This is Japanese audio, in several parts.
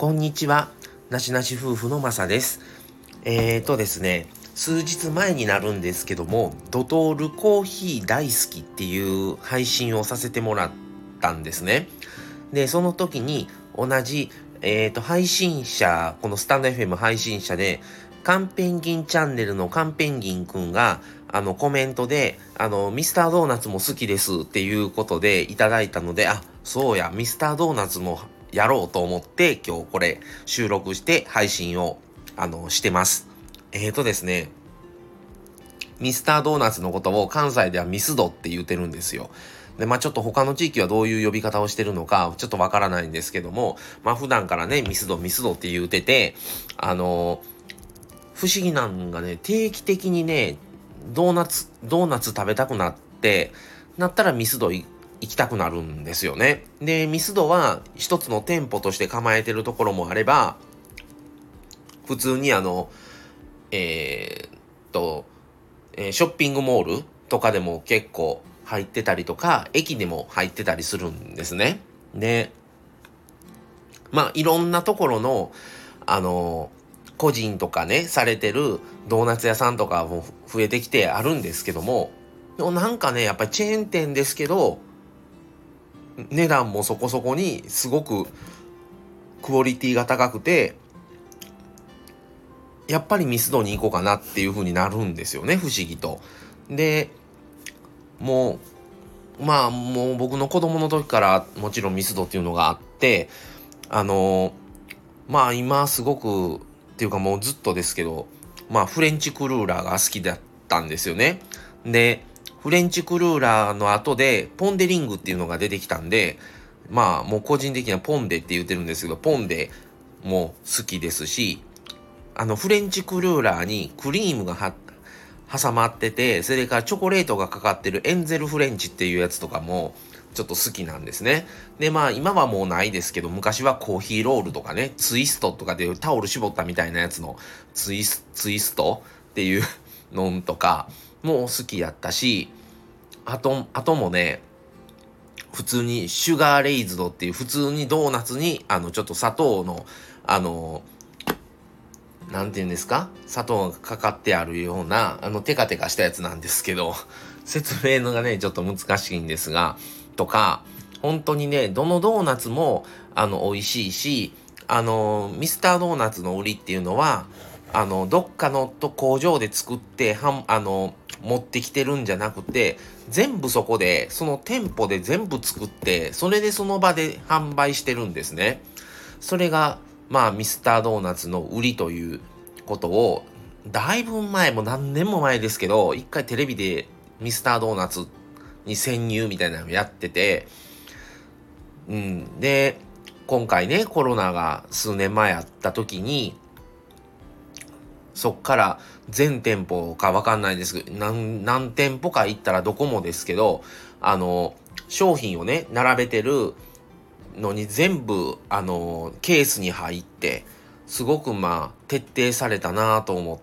こんにちは。なしなし夫婦のまさです。ですね、数日前になるんですけども、ドトールコーヒー大好きっていう配信をさせてもらったんですね。で、その時に同じ、配信者、このスタンド FM 配信者で、カンペンギンチャンネルのカンペンギンくんが、コメントで、ミスタードーナツも好きですっていうことでいただいたので、そうや、ミスタードーナツもやろうと思って、今日これ収録して配信を、してます。ですね、ミスタードーナツのことを関西ではミスドって言ってるんですよ。で、ちょっと他の地域はどういう呼び方をしてるのか、ちょっとわからないんですけども、普段からね、ミスドって言ってて、不思議なんがね、定期的にね、ドーナツ食べたくなったらミスド行きたくなるんですよね。で、ミスドは一つの店舗として構えてるところもあれば、普通にえーっと、ショッピングモールとかでも結構入ってたりとか、駅でも入ってたりするんですね。で、いろんなところの、個人とかね、されてるドーナツ屋さんとかも増えてきてあるんですけども、でもなんかね、やっぱりチェーン店ですけど、値段もそこそこにすごくクオリティが高くて、やっぱりミスドに行こうかなっていう風になるんですよね、不思議と。で、ももう僕の子供の時からもちろんミスドっていうのがあって、今すごくっていうかもうずっとですけど、フレンチクルーラーが好きだったんですよね。で、フレンチクルーラーの後でポンデリングっていうのが出てきたんで、もう個人的にはポンデって言ってるんですけど、ポンデも好きですし、フレンチクルーラーにクリームが挟まってて、それからチョコレートがかかってるエンゼルフレンチっていうやつとかもちょっと好きなんですね。で、今はもうないですけど、昔はコーヒーロールとかね、ツイストとかでタオル絞ったみたいなやつのツイストっていうのとかも好きやったし、あともね、普通にシュガーレイズドっていう普通にドーナツにちょっと砂糖のなんて言うんですか、砂糖がかかってあるような、テカテカしたやつなんですけど、説明のがね、ちょっと難しいんですが、とか、本当にね、どのドーナツも、美味しいし、ミスタードーナツの売りっていうのは、どっかの工場で作って、持ってきてるんじゃなくて、全部そこで、その店舗で全部作って、それでその場で販売してるんですね。それが、ミスタードーナツの売りということを、だいぶ前も何年も前ですけど、一回テレビでミスタードーナツに潜入みたいなのをやってて、で、今回ね、コロナが数年前あった時に、そっから全店舗かわかんないですけど、何店舗か行ったらどこもですけど、商品をね、並べてるのに全部、ケースに入って、すごく徹底されたなと思って、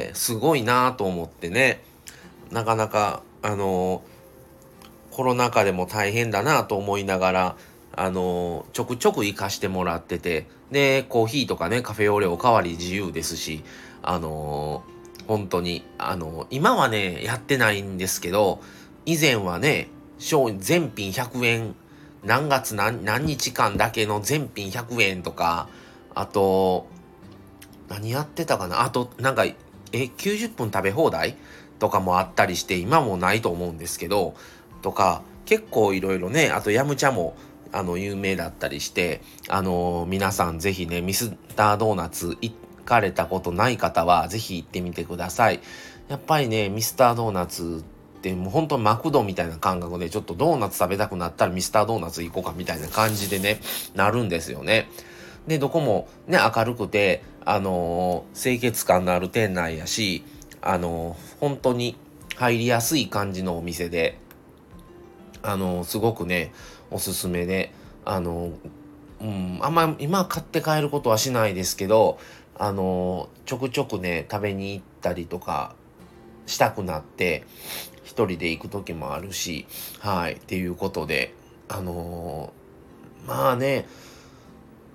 すごいなと思ってね、なかなか、コロナ禍でも大変だなと思いながら、ちょくちょく行かしてもらってて、で、コーヒーとかね、カフェオレおかわり自由ですし、本当に、今はね、やってないんですけど、以前はね、全品100円、何月何日間だけの全品100円とか、あと、何やってたかなあと、90分食べ放題とかもあったりして、今もないと思うんですけど、とか、結構いろいろね、あとヤムチャも、有名だったりして、皆さんぜひね、ミスタードーナツ行かれたことない方は、ぜひ行ってみてください。やっぱりね、ミスタードーナツってもう本当マクドみたいな感覚で、ちょっとドーナツ食べたくなったらミスタードーナツ行こうかみたいな感じでね、なるんですよね。で、どこもね、明るくて、清潔感のある店内やし、本当に入りやすい感じのお店で、すごくね、おすすめで、あんま今買って帰ることはしないですけど、ちょくちょくね、食べに行ったりとかしたくなって、一人で行く時もあるし、っていうことで、まあね、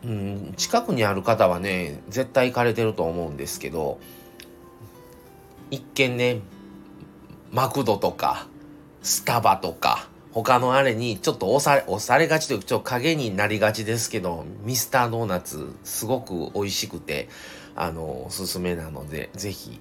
近くにある方はね、絶対行かれてると思うんですけど、一見ね、マクドとか、スタバとか、他のあれにちょっと押されがちというか、ちょっと影になりがちですけど、ミスタードーナツ、すごく美味しくて、おすすめなので、ぜひ、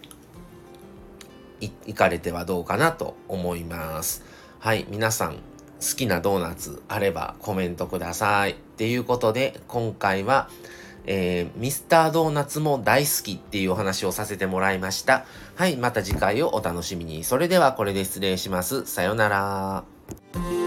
行かれてはどうかなと思います。はい、皆さん、好きなドーナツあればコメントください。っていうことで、今回は、ミスタードーナツも大好きっていうお話をさせてもらいました。はい、また次回をお楽しみに。それではこれで失礼します。さよなら。